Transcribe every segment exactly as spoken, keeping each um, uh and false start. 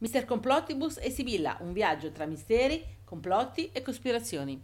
mister Complottibus e Sibilla, un viaggio tra misteri, complotti e cospirazioni.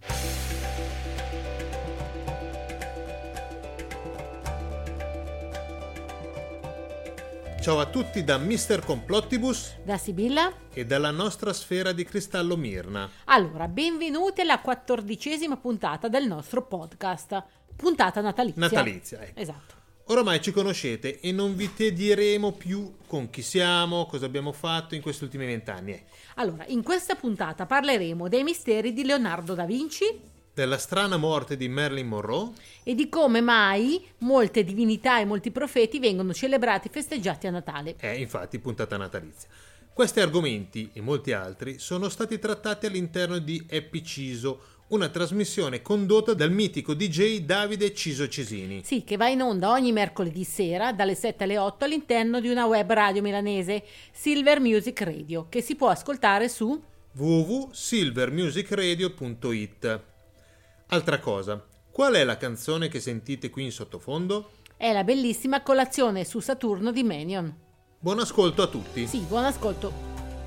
Ciao a tutti da mister Complottibus, Da Sibilla e dalla nostra sfera di cristallo Mirna. Allora, benvenuti alla quattordicesima puntata del nostro podcast. Puntata natalizia. Natalizia, ecco. Esatto. Oramai ci conoscete e non vi tedieremo più con chi siamo, cosa abbiamo fatto in questi ultimi vent'anni. Eh. Allora, in questa puntata parleremo dei misteri di Leonardo da Vinci Della strana morte di Marilyn Monroe e di come mai molte divinità e molti profeti vengono celebrati e festeggiati a Natale. e infatti puntata natalizia. Questi argomenti e molti altri sono stati trattati all'interno di Happy Ciso, una trasmissione condotta dal mitico D J Davide Ciso Cisini. Sì, che va in onda ogni mercoledì sera dalle sette alle otto all'interno di una web radio milanese, Silver Music Radio, che si può ascoltare su w w w punto silver music radio punto i t. Altra cosa, qual è la canzone che sentite qui in sottofondo? È la bellissima Colazione su Saturno di Menion. Buon ascolto a tutti. Sì, buon ascolto.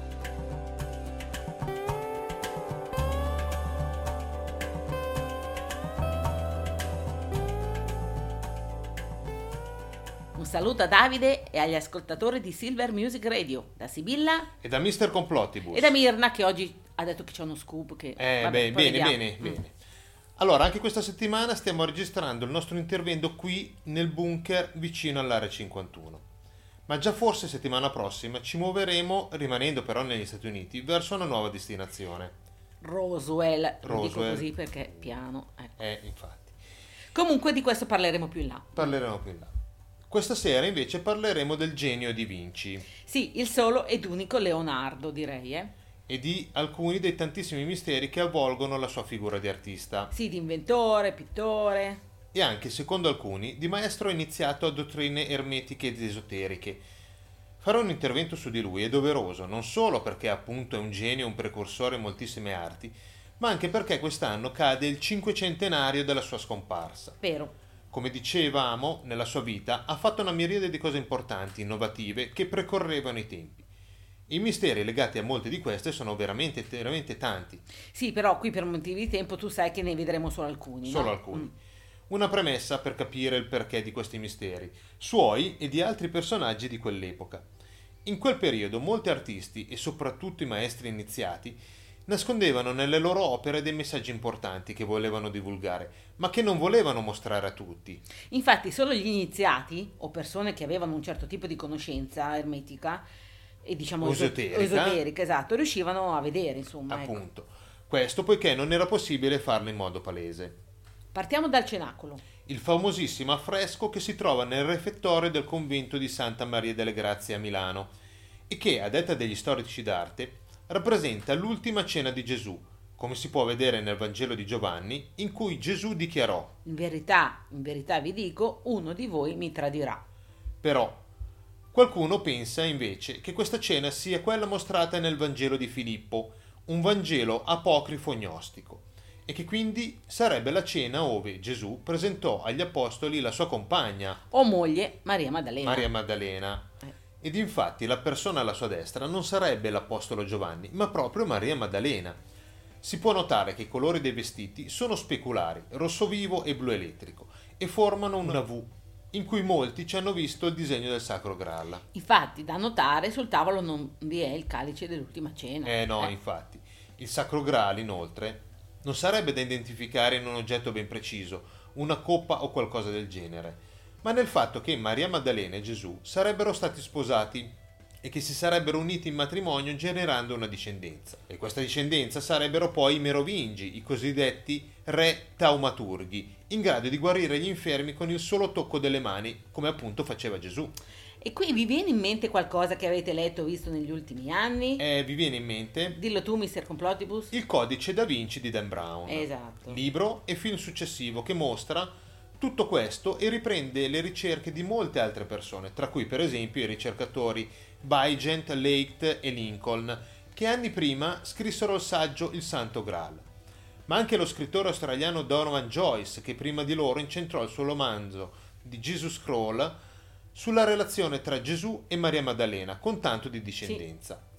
Un saluto a Davide e agli ascoltatori di Silver Music Radio, da Sibilla E da mister Complottibus. e da Mirna, che oggi ha detto che c'è uno scoop che... Eh, vabbè, beh, poi bene, vediamo. bene, Mm. bene. Allora, anche questa settimana stiamo registrando il nostro intervento qui nel bunker vicino all'area cinquantuno. Ma già forse settimana prossima ci muoveremo, rimanendo però negli Stati Uniti, verso una nuova destinazione. Roswell, lo dico Roswell. così perché piano. Ecco. Eh, infatti. Comunque di questo parleremo più in là. Parleremo più in là. Questa sera invece parleremo del genio di Vinci Sì, il solo ed unico Leonardo, direi, eh. e di alcuni dei tantissimi misteri che avvolgono la sua figura di artista. Sì, di inventore, pittore. E anche, secondo alcuni, di maestro iniziato a dottrine ermetiche ed esoteriche. Fare un intervento su di lui è doveroso, non solo perché appunto è un genio e un precursore in moltissime arti, ma anche perché quest'anno cade il cinquecentenario della sua scomparsa. Vero. Come dicevamo, nella sua vita ha fatto una miriade di cose importanti, innovative, che precorrevano i tempi. I misteri legati a molte di queste sono veramente, veramente tanti. Sì, però qui per motivi di tempo tu sai che ne vedremo solo alcuni, Solo no? alcuni. Mm. Una premessa per capire il perché di questi misteri, suoi e di altri personaggi di quell'epoca. In quel periodo molti artisti, e soprattutto i maestri iniziati, nascondevano nelle loro opere dei messaggi importanti che volevano divulgare, ma che non volevano mostrare a tutti. Infatti solo gli iniziati, o persone che avevano un certo tipo di conoscenza ermetica, e diciamo eso- Esoterica. esoterica, esatto, riuscivano a vedere, insomma. ecco. Appunto. Questo poiché non era possibile farlo in modo palese. Partiamo dal cenacolo. Il famosissimo affresco che si trova nel refettorio del convento di Santa Maria delle Grazie a Milano e che, a detta degli storici d'arte, rappresenta l'ultima cena di Gesù, come si può vedere nel Vangelo di Giovanni, in cui Gesù dichiarò: In verità, in verità vi dico, uno di voi mi tradirà. però qualcuno pensa invece che questa cena sia quella mostrata nel Vangelo di Filippo, un Vangelo apocrifo gnostico, e che quindi sarebbe la cena ove Gesù presentò agli apostoli la sua compagna, O moglie, Maria Maddalena. Maria Maddalena. Eh. Ed infatti la persona alla sua destra non sarebbe l'apostolo Giovanni, ma proprio Maria Maddalena. Si può notare che i colori dei vestiti sono speculari, rosso vivo e blu elettrico, e formano una V, in cui molti ci hanno visto il disegno del Sacro Graal. Infatti, da notare, sul tavolo non vi è il calice dell'ultima cena. Eh no, infatti. Il Sacro Graal, inoltre, non sarebbe da identificare in un oggetto ben preciso, una coppa o qualcosa del genere, ma nel fatto che Maria Maddalena e Gesù sarebbero stati sposati e che si sarebbero uniti in matrimonio generando una discendenza. E questa discendenza sarebbero poi i Merovingi, i cosiddetti re taumaturghi, in grado di guarire gli infermi con il solo tocco delle mani, come appunto faceva Gesù. E qui vi viene in mente qualcosa che avete letto o visto negli ultimi anni? E vi viene in mente Dillo tu, mister Complottibus. Il Codice da Vinci di Dan Brown, Esatto. libro e film successivo che mostra tutto questo e riprende le ricerche di molte altre persone, tra cui per esempio i ricercatori Bygent, Leigt e Lincoln, che anni prima scrissero il saggio Il Santo Graal. Ma anche lo scrittore australiano Donovan Joyce, che prima di loro incentrò il suo romanzo di Jesus Scroll sulla relazione tra Gesù e Maria Maddalena, con tanto di discendenza.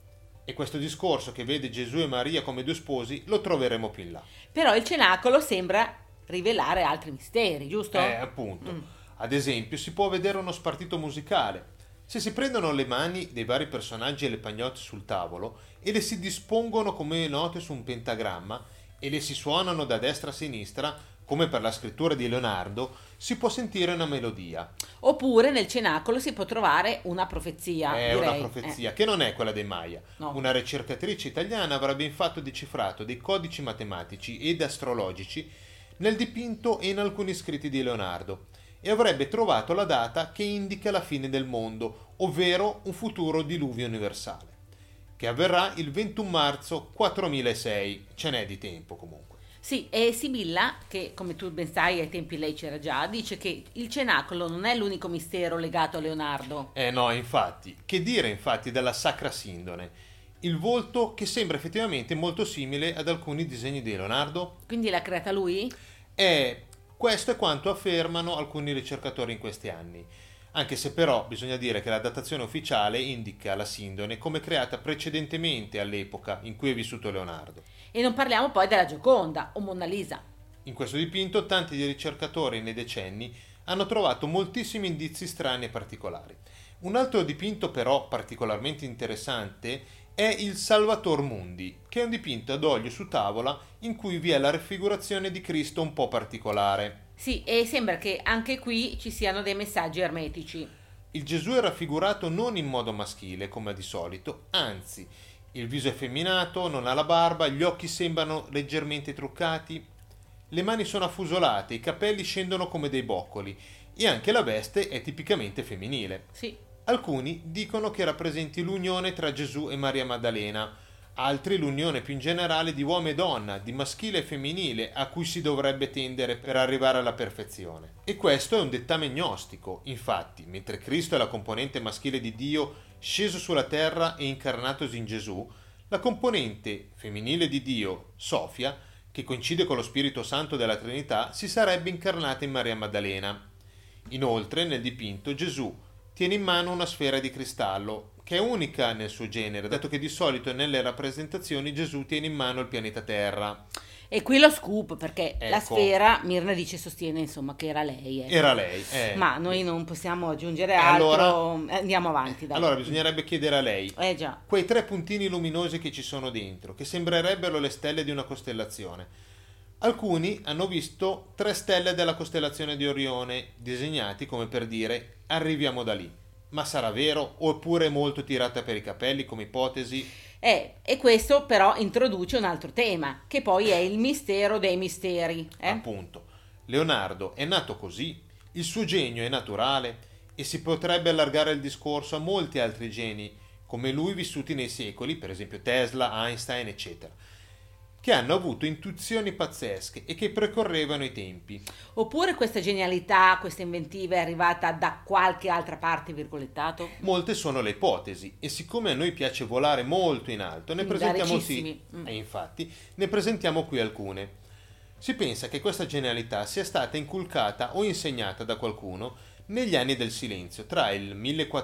E questo discorso che vede Gesù e Maria come due sposi lo troveremo più in là. Però il cenacolo sembra rivelare altri misteri, giusto? Eh, appunto. Mm. Ad esempio, si può vedere uno spartito musicale. Se si prendono le mani dei vari personaggi e le pagnotte sul tavolo e le si dispongono come note su un pentagramma e le si suonano da destra a sinistra, come per la scrittura di Leonardo, si può sentire una melodia. Oppure nel cenacolo si può trovare una profezia. È direi. una profezia, eh. che non è quella dei Maya. No. Una ricercatrice italiana avrebbe infatti decifrato dei codici matematici ed astrologici nel dipinto e in alcuni scritti di Leonardo e avrebbe trovato la data che indica la fine del mondo, ovvero un futuro diluvio universale, che avverrà il ventuno marzo quattromilasei. Ce n'è di tempo comunque. Sì, e Sibilla, che come tu ben sai ai tempi lei c'era già, dice che il cenacolo non è l'unico mistero legato a Leonardo. Eh no, infatti. Che dire infatti della Sacra Sindone? Il volto che sembra effettivamente molto simile ad alcuni disegni di Leonardo. Quindi l'ha creata lui? Eh, questo è quanto affermano alcuni ricercatori in questi anni. Anche se però bisogna dire che la datazione ufficiale indica la Sindone come creata precedentemente all'epoca in cui è vissuto Leonardo. E non parliamo poi della Gioconda o Monna Lisa. In questo dipinto tanti ricercatori nei decenni hanno trovato moltissimi indizi strani e particolari. Un altro dipinto però particolarmente interessante è il Salvator Mundi, che è un dipinto ad olio su tavola in cui vi è la raffigurazione di Cristo un po' particolare. Sì, e sembra che anche qui ci siano dei messaggi ermetici. Il Gesù è raffigurato non in modo maschile come di solito, anzi, il viso è effeminato, non ha la barba, gli occhi sembrano leggermente truccati, le mani sono affusolate, i capelli scendono come dei boccoli e anche la veste è tipicamente femminile. Sì. Alcuni dicono che rappresenti l'unione tra Gesù e Maria Maddalena, altri l'unione più in generale di uomo e donna, di maschile e femminile, a cui si dovrebbe tendere per arrivare alla perfezione. E questo è un dettame gnostico, infatti, mentre Cristo è la componente maschile di Dio sceso sulla terra e incarnatosi in Gesù, la componente femminile di Dio, Sofia, che coincide con lo Spirito Santo della Trinità, si sarebbe incarnata in Maria Maddalena. Inoltre, nel dipinto, Gesù tiene in mano una sfera di cristallo, che è unica nel suo genere, dato che di solito nelle rappresentazioni Gesù tiene in mano il pianeta Terra. E qui lo scoop, perché ecco. La sfera, Mirna dice, sostiene insomma che era lei. Ecco. Era lei. Eh. Ma noi non possiamo aggiungere altro, allora, andiamo avanti. Dai. Allora bisognerebbe chiedere a lei, eh già. quei tre puntini luminosi che ci sono dentro, che sembrerebbero le stelle di una costellazione. Alcuni hanno visto tre stelle della costellazione di Orione, disegnati come per dire, arriviamo da lì. Ma sarà vero? Oppure molto tirata per i capelli come ipotesi? Eh, e questo però introduce un altro tema, che poi è il mistero dei misteri. Eh? Appunto. Leonardo è nato così, il suo genio è naturale e si potrebbe allargare il discorso a molti altri geni, come lui vissuti nei secoli, per esempio Tesla, Einstein, eccetera, che hanno avuto intuizioni pazzesche e che precorrevano i tempi. Oppure questa genialità, questa inventiva è arrivata da qualche altra parte, virgolettato? Molte sono le ipotesi e siccome a noi piace volare molto in alto, ne presentiamo sì, mm. e infatti ne presentiamo qui alcune. Si pensa che questa genialità sia stata inculcata o insegnata da qualcuno negli anni del silenzio, tra il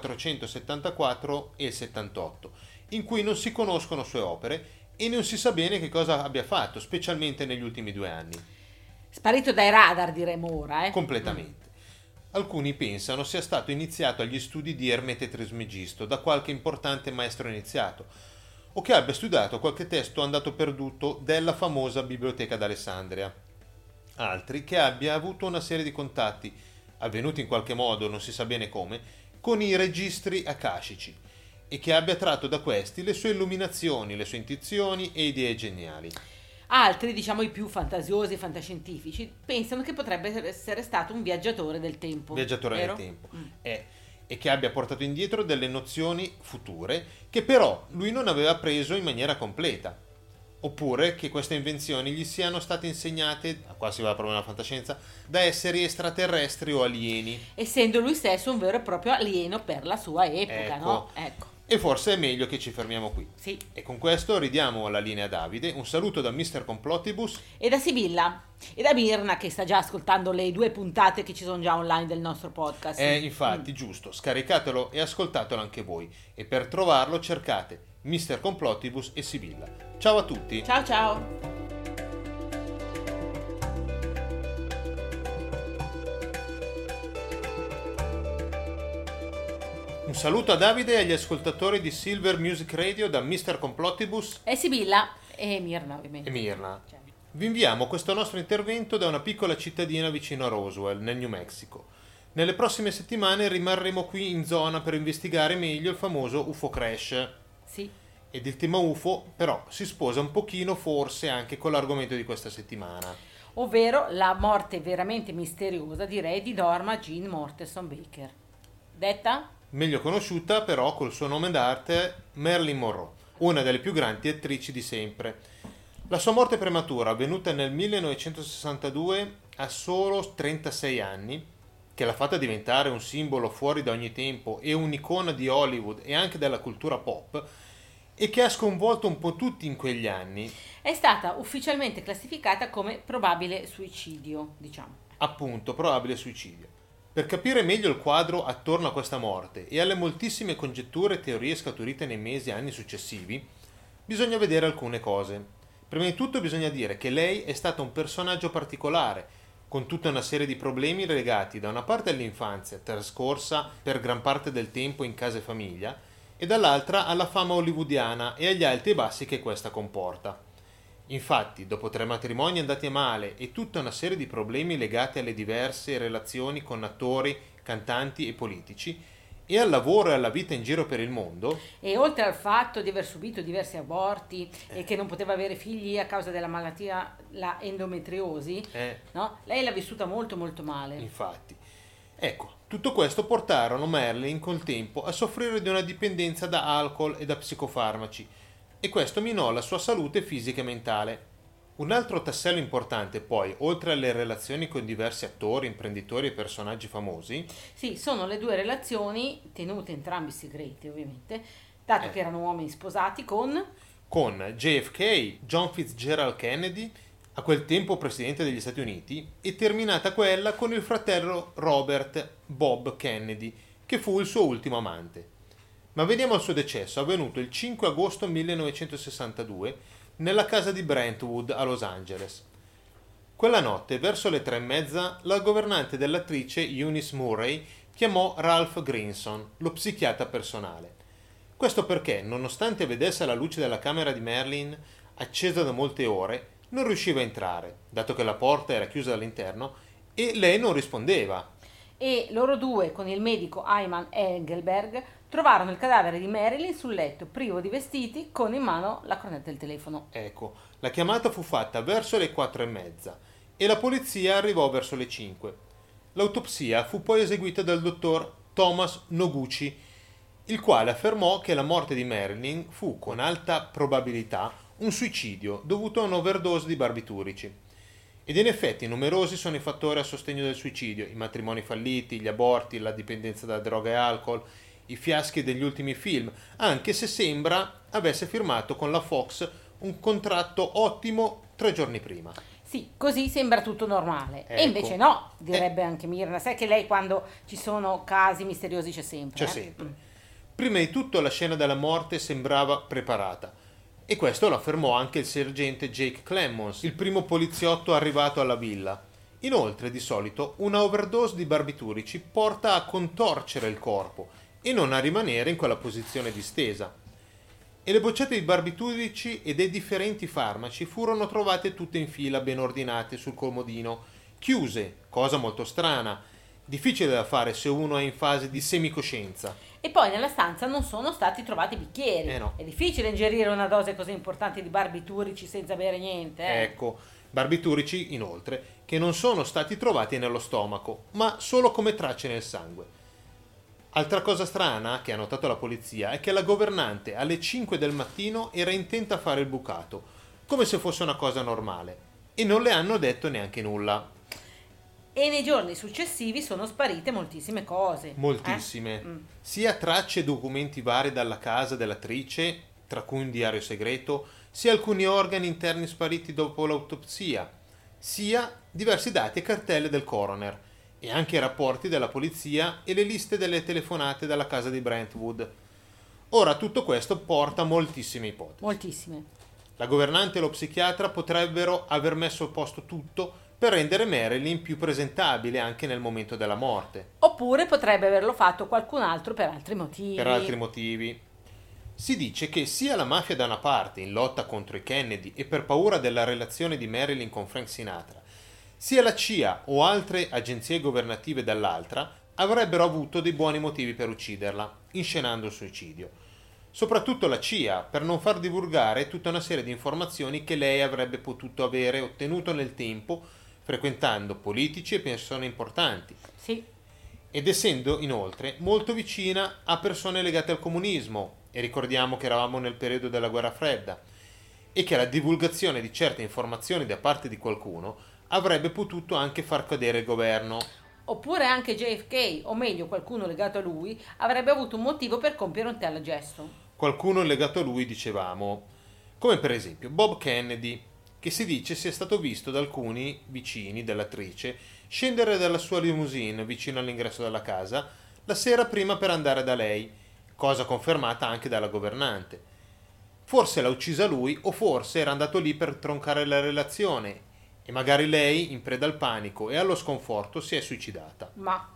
millequattrocentosettantaquattro e il settantotto, in cui non si conoscono sue opere e non si sa bene che cosa abbia fatto, specialmente negli ultimi due anni. Sparito dai radar, diremo ora, eh? Completamente. Mm. Alcuni pensano sia stato iniziato agli studi di Ermete Trismegisto da qualche importante maestro iniziato, o che abbia studiato qualche testo andato perduto della famosa Biblioteca d'Alessandria. Altri che abbia avuto una serie di contatti, avvenuti in qualche modo, non si sa bene come, con i registri akashici, e che abbia tratto da questi le sue illuminazioni, le sue intuizioni e idee geniali. Altri, diciamo i più fantasiosi e fantascientifici, pensano che potrebbe essere stato un viaggiatore del tempo. Viaggiatore vero? del tempo. Mm. Eh, e che abbia portato indietro delle nozioni future che però lui non aveva preso in maniera completa. Oppure che queste invenzioni gli siano state insegnate, qua si va proprio nella fantascienza, da esseri extraterrestri o alieni. Essendo lui stesso un vero e proprio alieno per la sua epoca, ecco. no? Ecco. E forse è meglio che ci fermiamo qui. Sì. E con questo ridiamo la linea a Davide. Un saluto da mister Complottibus. E da Sibilla. E da Mirna, che sta già ascoltando le due puntate che ci sono già online del nostro podcast. Eh, infatti, mm. giusto. Scaricatelo e ascoltatelo anche voi. E per trovarlo cercate mister Complottibus e Sibilla. Ciao a tutti! Ciao ciao! Un saluto a Davide e agli ascoltatori di Silver Music Radio da mister Complottibus E Sibilla e Mirna, ovviamente. e Mirna. Vi inviamo questo nostro intervento da una piccola cittadina vicino a Roswell, nel New Mexico. Nelle prossime settimane rimarremo qui in zona per investigare meglio il famoso U F O crash. Sì. Ed il tema U F O però si sposa un pochino forse anche con l'argomento di questa settimana. Ovvero la morte veramente misteriosa, direi, di Norma Jean Mortenson Baker. Detta? Meglio conosciuta però col suo nome d'arte Marilyn Monroe, una delle più grandi attrici di sempre. La sua morte prematura, avvenuta nel millenovecentosessantadue a solo trentasei anni, che l'ha fatta diventare un simbolo fuori da ogni tempo e un'icona di Hollywood e anche della cultura pop, e che ha sconvolto un po' tutti in quegli anni, È stata ufficialmente classificata come probabile suicidio, diciamo. appunto, probabile suicidio. Per capire meglio il quadro attorno a questa morte e alle moltissime congetture e teorie scaturite nei mesi e anni successivi, bisogna vedere alcune cose. Prima di tutto bisogna dire che lei è stata un personaggio particolare, con tutta una serie di problemi legati da una parte all'infanzia, trascorsa per gran parte del tempo in casa e famiglia, e dall'altra alla fama hollywoodiana e agli alti e bassi che questa comporta. Infatti, dopo tre matrimoni andati a male e tutta una serie di problemi legati alle diverse relazioni con attori, cantanti e politici, e al lavoro e alla vita in giro per il mondo, E oltre al fatto di aver subito diversi aborti e che non poteva avere figli a causa della malattia, la endometriosi, eh, no? Lei l'ha vissuta molto molto male. infatti. Ecco, tutto questo portarono Marilyn col tempo a soffrire di una dipendenza da alcol e da psicofarmaci, e questo minò la sua salute fisica e mentale. Un altro tassello importante poi, oltre alle relazioni con diversi attori, imprenditori e personaggi famosi, Sì, sono le due relazioni, tenute entrambi segreti ovviamente, dato Eh. che erano uomini sposati con... con J F K, John Fitzgerald Kennedy, a quel tempo presidente degli Stati Uniti, e terminata quella con il fratello Robert Bob Kennedy, che fu il suo ultimo amante. Ma veniamo al suo decesso, avvenuto il cinque agosto millenovecentosessantadue nella casa di Brentwood a Los Angeles. Quella notte, verso le tre e mezza, la governante dell'attrice Eunice Murray chiamò Ralph Grinson, lo psichiatra personale. Questo perché, nonostante vedesse la luce della camera di Marilyn accesa da molte ore, non riusciva a entrare, dato che la porta era chiusa dall'interno, e lei non rispondeva. E loro due, con il medico Ayman Engelberg, trovarono il cadavere di Marilyn sul letto, privo di vestiti, con in mano la cornetta del telefono. Ecco, la chiamata fu fatta verso le quattro e mezza e la polizia arrivò verso le cinque. L'autopsia fu poi eseguita dal dottor Thomas Noguchi, il quale affermò che la morte di Marilyn fu con alta probabilità un suicidio dovuto a un'overdose di barbiturici. Ed in effetti numerosi sono i fattori a sostegno del suicidio: i matrimoni falliti, gli aborti, la dipendenza da droga e alcol, i fiaschi degli ultimi film, anche se sembra avesse firmato con la Fox un contratto ottimo tre giorni prima. Sì, così sembra tutto normale. Ecco. E invece no, direbbe anche Mirna. Sai che lei quando ci sono casi misteriosi c'è sempre. C'è eh? sempre. Mm. Prima di tutto la scena della morte sembrava preparata, e questo lo affermò anche il sergente Jake Clemons, il primo poliziotto arrivato alla villa. Inoltre, di solito, una overdose di barbiturici porta a contorcere il corpo e non a rimanere in quella posizione distesa. E le boccette di barbiturici e dei differenti farmaci furono trovate tutte in fila, ben ordinate sul comodino, chiuse, cosa molto strana, difficile da fare se uno è in fase di semicoscienza. E poi nella stanza non sono stati trovati bicchieri. Eh no. È difficile ingerire una dose così importante di barbiturici senza bere niente. Eh? Ecco, barbiturici, inoltre, che non sono stati trovati nello stomaco, ma solo come tracce nel sangue. Altra cosa strana che ha notato la polizia è che la governante alle cinque del mattino era intenta a fare il bucato, come se fosse una cosa normale, e non le hanno detto neanche nulla. E nei giorni successivi sono sparite moltissime cose. Moltissime. Eh? Mm. Sia tracce e documenti vari dalla casa dell'attrice, tra cui un diario segreto, sia alcuni organi interni spariti dopo l'autopsia, sia diversi dati e cartelle del coroner, e anche i rapporti della polizia e le liste delle telefonate dalla casa di Brentwood. Ora tutto questo porta a moltissime ipotesi. Moltissime. La governante e lo psichiatra potrebbero aver messo a posto tutto per rendere Marilyn più presentabile anche nel momento della morte. Oppure potrebbe averlo fatto qualcun altro per altri motivi. Per altri motivi. Si dice che sia la mafia da una parte in lotta contro i Kennedy e per paura della relazione di Marilyn con Frank Sinatra, sia la C I A o altre agenzie governative dall'altra avrebbero avuto dei buoni motivi per ucciderla, inscenando il suicidio. Soprattutto la C I A, per non far divulgare tutta una serie di informazioni che lei avrebbe potuto avere ottenuto nel tempo frequentando politici e persone importanti. Sì. Ed essendo inoltre molto vicina a persone legate al comunismo, e ricordiamo che eravamo nel periodo della guerra fredda, e che la divulgazione di certe informazioni da parte di qualcuno avrebbe potuto anche far cadere il governo. Oppure anche J F K, o meglio qualcuno legato a lui, avrebbe avuto un motivo per compiere un tale gesto. Qualcuno legato a lui, dicevamo, come per esempio Bob Kennedy, che si dice sia stato visto da alcuni vicini dell'attrice scendere dalla sua limousine vicino all'ingresso della casa la sera prima per andare da lei, cosa confermata anche dalla governante. Forse l'ha uccisa lui o forse era andato lì per troncare la relazione e magari lei, in preda al panico e allo sconforto, si è suicidata. Ma...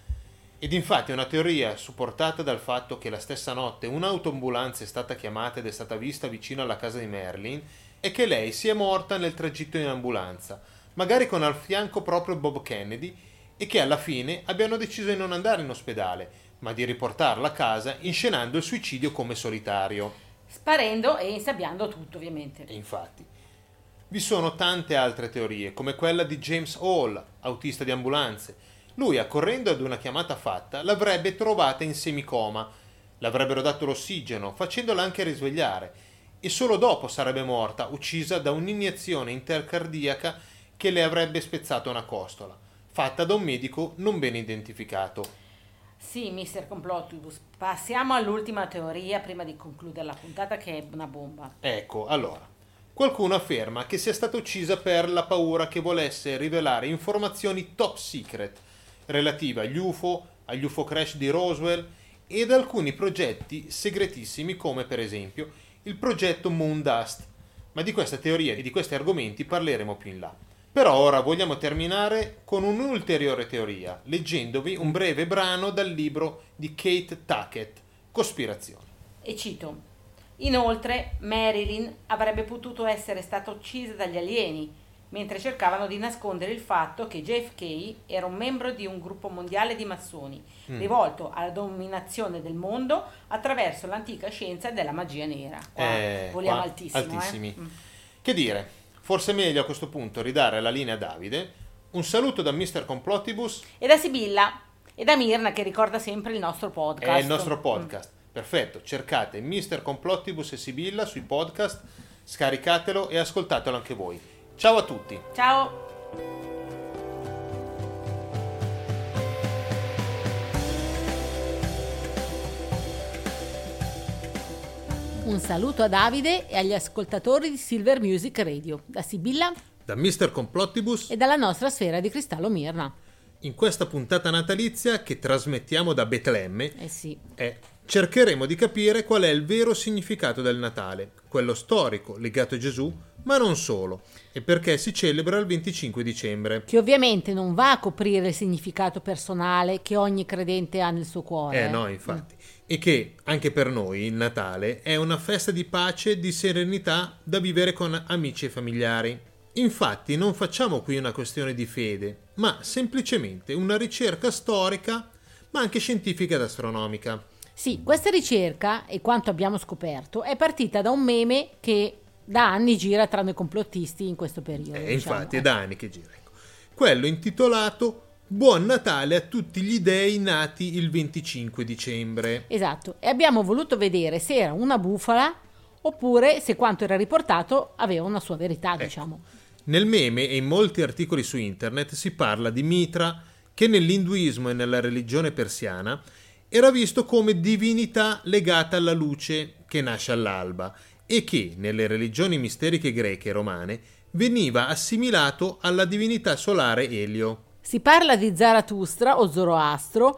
Ed infatti è una teoria supportata dal fatto che la stessa notte un'autoambulanza è stata chiamata ed è stata vista vicino alla casa di Marilyn e che lei sia morta nel tragitto in ambulanza, magari con al fianco proprio Bob Kennedy, e che alla fine abbiano deciso di non andare in ospedale, ma di riportarla a casa inscenando il suicidio come solitario. Sparendo e insabbiando tutto, ovviamente. E infatti. Vi sono tante altre teorie, come quella di James Hall, autista di ambulanze. Lui, accorrendo ad una chiamata fatta, l'avrebbe trovata in semicoma, l'avrebbero dato l'ossigeno, facendola anche risvegliare, e solo dopo sarebbe morta, uccisa da un'iniezione intercardiaca che le avrebbe spezzato una costola, fatta da un medico non ben identificato. Sì, mister Complottibus, passiamo all'ultima teoria prima di concludere la puntata, che è una bomba. Ecco, allora. Qualcuno afferma che sia stata uccisa per la paura che volesse rivelare informazioni top secret relative agli U F O, agli U F O crash di Roswell ed alcuni progetti segretissimi come per esempio il progetto Moondust, ma di questa teoria e di questi argomenti parleremo più in là. Però ora vogliamo terminare con un'ulteriore teoria, leggendovi un breve brano dal libro di Kate Tuckett, Cospirazione. E cito: inoltre Marilyn avrebbe potuto essere stata uccisa dagli alieni mentre cercavano di nascondere il fatto che J F K era un membro di un gruppo mondiale di massoni mm. rivolto alla dominazione del mondo attraverso l'antica scienza della magia nera. Qua eh, voliamo qua, altissimo. altissimi. Eh? Mm. Che dire, forse è meglio a questo punto ridare la linea a Davide. Un saluto da mister Complottibus e da Sibilla e da Mirna, che ricorda sempre il nostro podcast. È il nostro podcast. Mm. Perfetto, cercate mister Complottibus e Sibilla sui podcast, scaricatelo e ascoltatelo anche voi. Ciao a tutti. Ciao. Un saluto a Davide e agli ascoltatori di Silver Music Radio, da Sibilla, da mister Complottibus e dalla nostra sfera di cristallo Mirna. In questa puntata natalizia che trasmettiamo da Betlemme, eh sì. eh, cercheremo di capire qual è il vero significato del Natale, quello storico legato a Gesù, ma non solo, e perché si celebra il venticinque dicembre. Che ovviamente non va a coprire il significato personale che ogni credente ha nel suo cuore. Eh no, infatti. Mm. E che anche per noi il Natale è una festa di pace e di serenità da vivere con amici e familiari. Infatti non facciamo qui una questione di fede, ma semplicemente una ricerca storica, ma anche scientifica ed astronomica. Sì, questa ricerca, e quanto abbiamo scoperto, è partita da un meme che da anni gira tra noi complottisti in questo periodo. Eh, diciamo. Infatti è da anni che gira. Ecco. Quello intitolato Buon Natale a tutti gli dei nati il venticinque dicembre. Esatto, e abbiamo voluto vedere se era una bufala oppure se quanto era riportato aveva una sua verità, ecco. diciamo. Nel meme e in molti articoli su internet si parla di Mitra, che nell'induismo e nella religione persiana era visto come divinità legata alla luce che nasce all'alba e che nelle religioni misteriche greche e romane veniva assimilato alla divinità solare Elio. Si parla di Zarathustra o Zoroastro,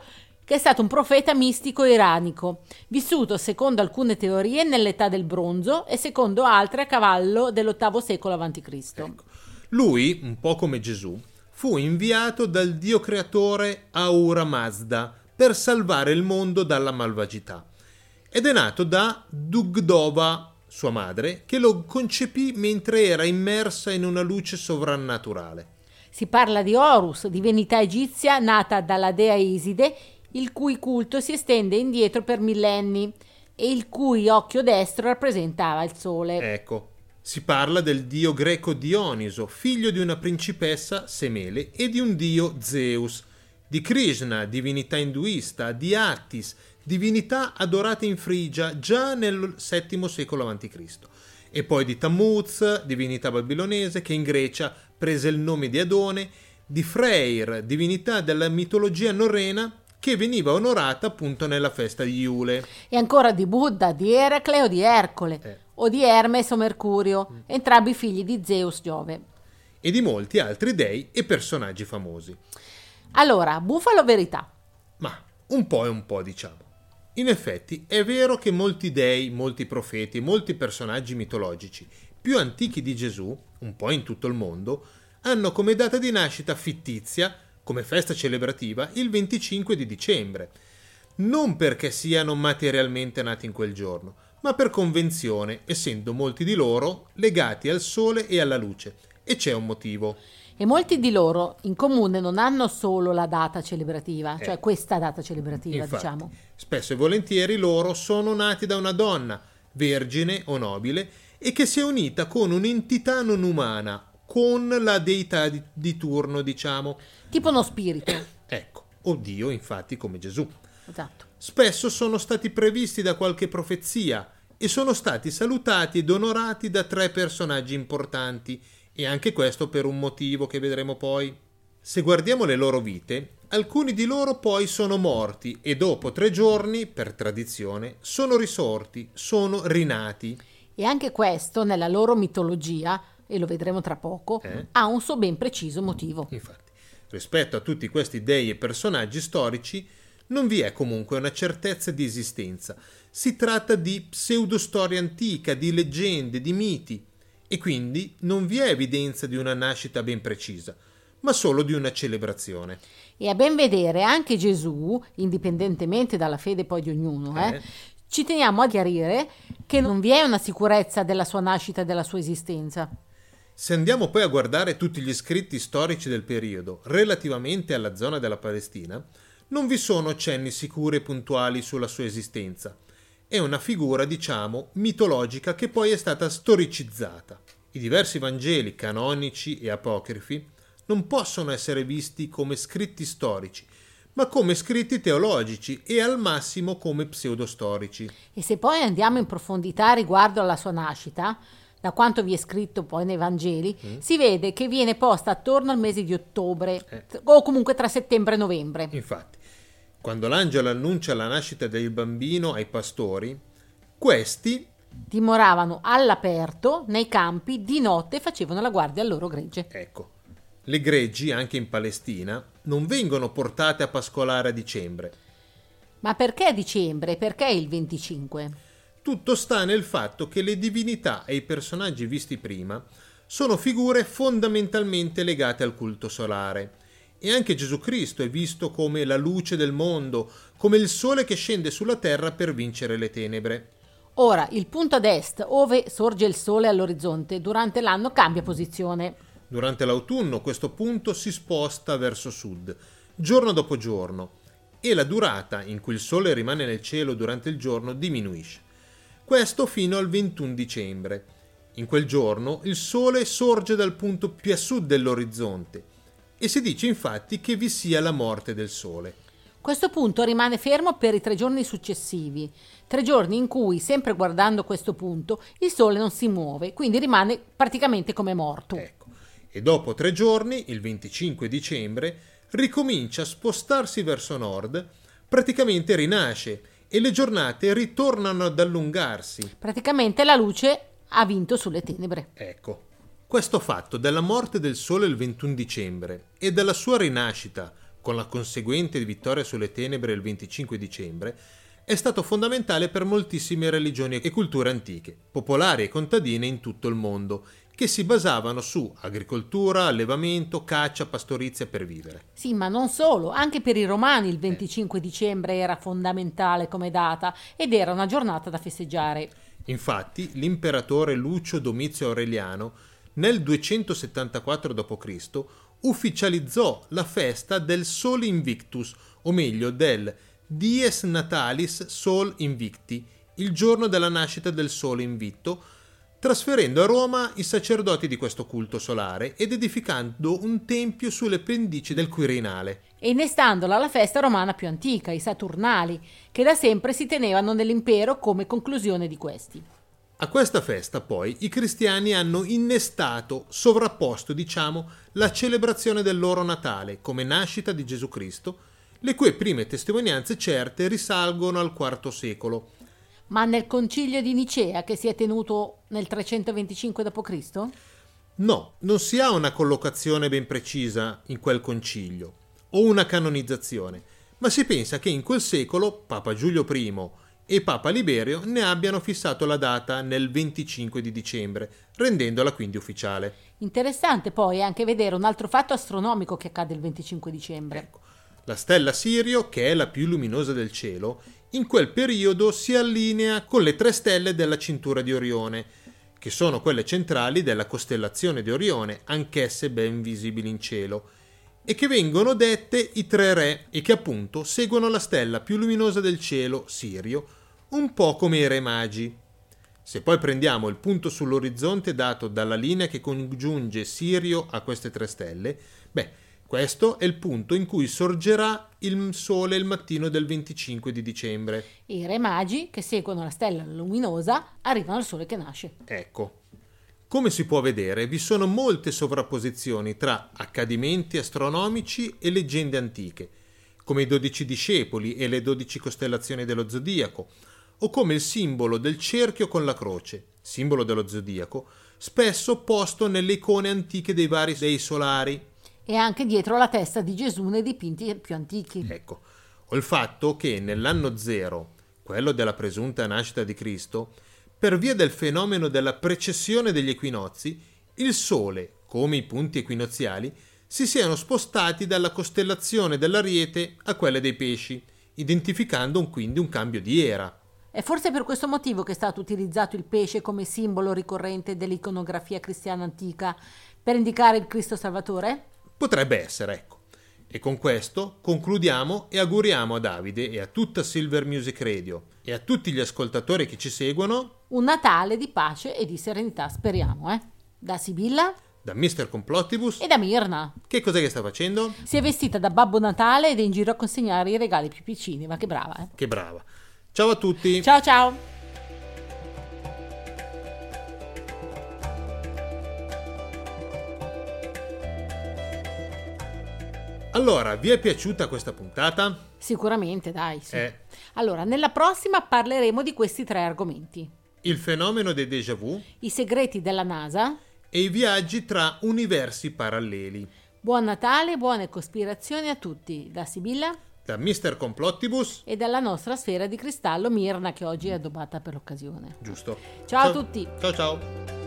che è stato un profeta mistico iranico, vissuto secondo alcune teorie nell'età del bronzo e secondo altre a cavallo dell'ottavo secolo avanti Cristo. Ecco. Lui, un po' come Gesù, fu inviato dal dio creatore Ahura Mazda per salvare il mondo dalla malvagità. Ed è nato da Dugdova, sua madre, che lo concepì mentre era immersa in una luce sovrannaturale. Si parla di Horus, divinità egizia nata dalla dea Iside, il cui culto si estende indietro per millenni e il cui occhio destro rappresentava il sole. Ecco, si parla del dio greco Dioniso, figlio di una principessa Semele e di un dio Zeus, di Krishna, divinità induista, di Attis, divinità adorata in Frigia già nel settimo secolo avanti Cristo, e poi di Tammuz, divinità babilonese che in Grecia prese il nome di Adone, di Freyr, divinità della mitologia norrena che veniva onorata appunto nella festa di Iule. E ancora di Buddha, di Eracle o di Ercole, Eh. o di Hermes o Mercurio, mm. entrambi figli di Zeus Giove. E di molti altri dei e personaggi famosi. Allora, bufala o verità? Ma un po' e un po', diciamo. In effetti è vero che molti dei, molti profeti, molti personaggi mitologici più antichi di Gesù, un po' in tutto il mondo, hanno come data di nascita fittizia, come festa celebrativa, il venticinque di dicembre. Non perché siano materialmente nati in quel giorno, ma per convenzione, essendo molti di loro legati al sole e alla luce. E c'è un motivo. E molti di loro in comune non hanno solo la data celebrativa, Eh. cioè questa data celebrativa, Infatti, diciamo. spesso e volentieri loro sono nati da una donna, vergine o nobile, e che si è unita con un'entità non umana, con la deità di, di turno, diciamo. Tipo uno spirito. Ecco, o Dio, infatti, come Gesù. Esatto. Spesso sono stati previsti da qualche profezia e sono stati salutati ed onorati da tre personaggi importanti, e anche questo per un motivo che vedremo poi. Se guardiamo le loro vite, alcuni di loro poi sono morti e dopo tre giorni, per tradizione, sono risorti, sono rinati. E anche questo, nella loro mitologia, e lo vedremo tra poco, Eh? ha un suo ben preciso motivo. Infatti, rispetto a tutti questi dei e personaggi storici, non vi è comunque una certezza di esistenza. Si tratta di pseudostoria antica, di leggende, di miti, e quindi non vi è evidenza di una nascita ben precisa, ma solo di una celebrazione. E a ben vedere anche Gesù, indipendentemente dalla fede poi di ognuno, eh, Eh? ci teniamo a chiarire che non vi è una sicurezza della sua nascita e della sua esistenza. Se andiamo poi a guardare tutti gli scritti storici del periodo relativamente alla zona della Palestina, non vi sono cenni sicuri e puntuali sulla sua esistenza. È una figura, diciamo, mitologica che poi è stata storicizzata. I diversi Vangeli canonici e apocrifi non possono essere visti come scritti storici, ma come scritti teologici e al massimo come pseudostorici. E se poi andiamo in profondità riguardo alla sua nascita, da quanto vi è scritto poi nei Vangeli, mm. si vede che viene posta attorno al mese di ottobre, Eh. o comunque tra settembre e novembre. Infatti, quando l'angelo annuncia la nascita del bambino ai pastori, questi Dimoravano all'aperto, nei campi, di notte facevano la guardia al loro gregge. Ecco, le greggi, anche in Palestina, non vengono portate a pascolare a dicembre. Ma perché dicembre? Perché il venticinque? Tutto sta nel fatto che le divinità e i personaggi visti prima sono figure fondamentalmente legate al culto solare. E anche Gesù Cristo è visto come la luce del mondo, come il sole che scende sulla terra per vincere le tenebre. Ora, il punto ad est, ove sorge il sole all'orizzonte, durante l'anno cambia posizione. Durante l'autunno questo punto si sposta verso sud, giorno dopo giorno, e la durata in cui il sole rimane nel cielo durante il giorno diminuisce. Questo fino al ventuno dicembre. In quel giorno il sole sorge dal punto più a sud dell'orizzonte e si dice infatti che vi sia la morte del sole. Questo punto rimane fermo per i tre giorni successivi, tre giorni in cui, sempre guardando questo punto, il sole non si muove, quindi rimane praticamente come morto. Ecco. E dopo tre giorni, il venticinque dicembre, ricomincia a spostarsi verso nord, praticamente rinasce e le giornate ritornano ad allungarsi. Praticamente la luce ha vinto sulle tenebre. Ecco, questo fatto della morte del sole il ventuno dicembre e della sua rinascita con la conseguente vittoria sulle tenebre il venticinque dicembre, è stato fondamentale per moltissime religioni e culture antiche, popolari e contadine in tutto il mondo, che si basavano su agricoltura, allevamento, caccia, pastorizia per vivere. Sì, ma non solo, anche per i romani il venticinque dicembre era fondamentale come data ed era una giornata da festeggiare. Infatti, l'imperatore Lucio Domizio Aureliano nel duecentosettantaquattro dopo Cristo ufficializzò la festa del Sol Invictus, o meglio del Dies Natalis Sol Invicti, il giorno della nascita del Sole Invitto, trasferendo a Roma i sacerdoti di questo culto solare ed edificando un tempio sulle pendici del Quirinale. E innestandola alla festa romana più antica, i Saturnali, che da sempre si tenevano nell'impero come conclusione di questi. A questa festa poi i cristiani hanno innestato, sovrapposto diciamo, la celebrazione del loro Natale come nascita di Gesù Cristo, le cui prime testimonianze certe risalgono al quarto secolo. Ma nel concilio di Nicea, che si è tenuto nel trecentoventicinque dopo Cristo? No, non si ha una collocazione ben precisa in quel concilio o una canonizzazione, ma si pensa che in quel secolo Papa Giulio I e Papa Liberio ne abbiano fissato la data nel venticinque di dicembre, rendendola quindi ufficiale. Interessante poi anche vedere un altro fatto astronomico che accade il venticinque dicembre. Ecco, la stella Sirio, che è la più luminosa del cielo, in quel periodo si allinea con le tre stelle della cintura di Orione, che sono quelle centrali della costellazione di Orione, anch'esse ben visibili in cielo, e che vengono dette i tre re e che appunto seguono la stella più luminosa del cielo, Sirio, un po' come i re magi. Se poi prendiamo il punto sull'orizzonte dato dalla linea che congiunge Sirio a queste tre stelle, beh, questo è il punto in cui sorgerà il sole il mattino del venticinque di dicembre. I re magi, che seguono la stella luminosa, arrivano al sole che nasce. Ecco. Come si può vedere, vi sono molte sovrapposizioni tra accadimenti astronomici e leggende antiche, come i dodici discepoli e le dodici costellazioni dello zodiaco, o come il simbolo del cerchio con la croce, simbolo dello zodiaco, spesso posto nelle icone antiche dei vari dei solari. E anche dietro la testa di Gesù nei dipinti più antichi. Ecco, o il fatto che nell'anno zero, quello della presunta nascita di Cristo, per via del fenomeno della precessione degli equinozi, il Sole, come i punti equinoziali, si siano spostati dalla costellazione dell'Ariete a quella dei Pesci, identificando un, quindi un cambio di era. È forse per questo motivo che è stato utilizzato il pesce come simbolo ricorrente dell'iconografia cristiana antica, per indicare il Cristo Salvatore? Potrebbe essere, ecco. E con questo concludiamo e auguriamo a Davide e a tutta Silver Music Radio e a tutti gli ascoltatori che ci seguono un Natale di pace e di serenità, speriamo, eh? Da Sibilla, da mister Complottibus e da Mirna. Che cos'è che sta facendo? Si è vestita da Babbo Natale ed è in giro a consegnare i regali più piccini, ma che brava, eh? Che brava. Ciao a tutti. Ciao ciao. Allora, vi è piaciuta questa puntata? Sicuramente, dai. Sì. Eh. Allora, nella prossima parleremo di questi tre argomenti. Il fenomeno dei déjà vu, i segreti della NASA e i viaggi tra universi paralleli. Buon Natale e buone cospirazioni a tutti, da Sibilla, da mister Complottibus e dalla nostra sfera di cristallo Mirna, che oggi è addobbata per l'occasione. Giusto. Ciao, ciao a tutti. Ciao ciao.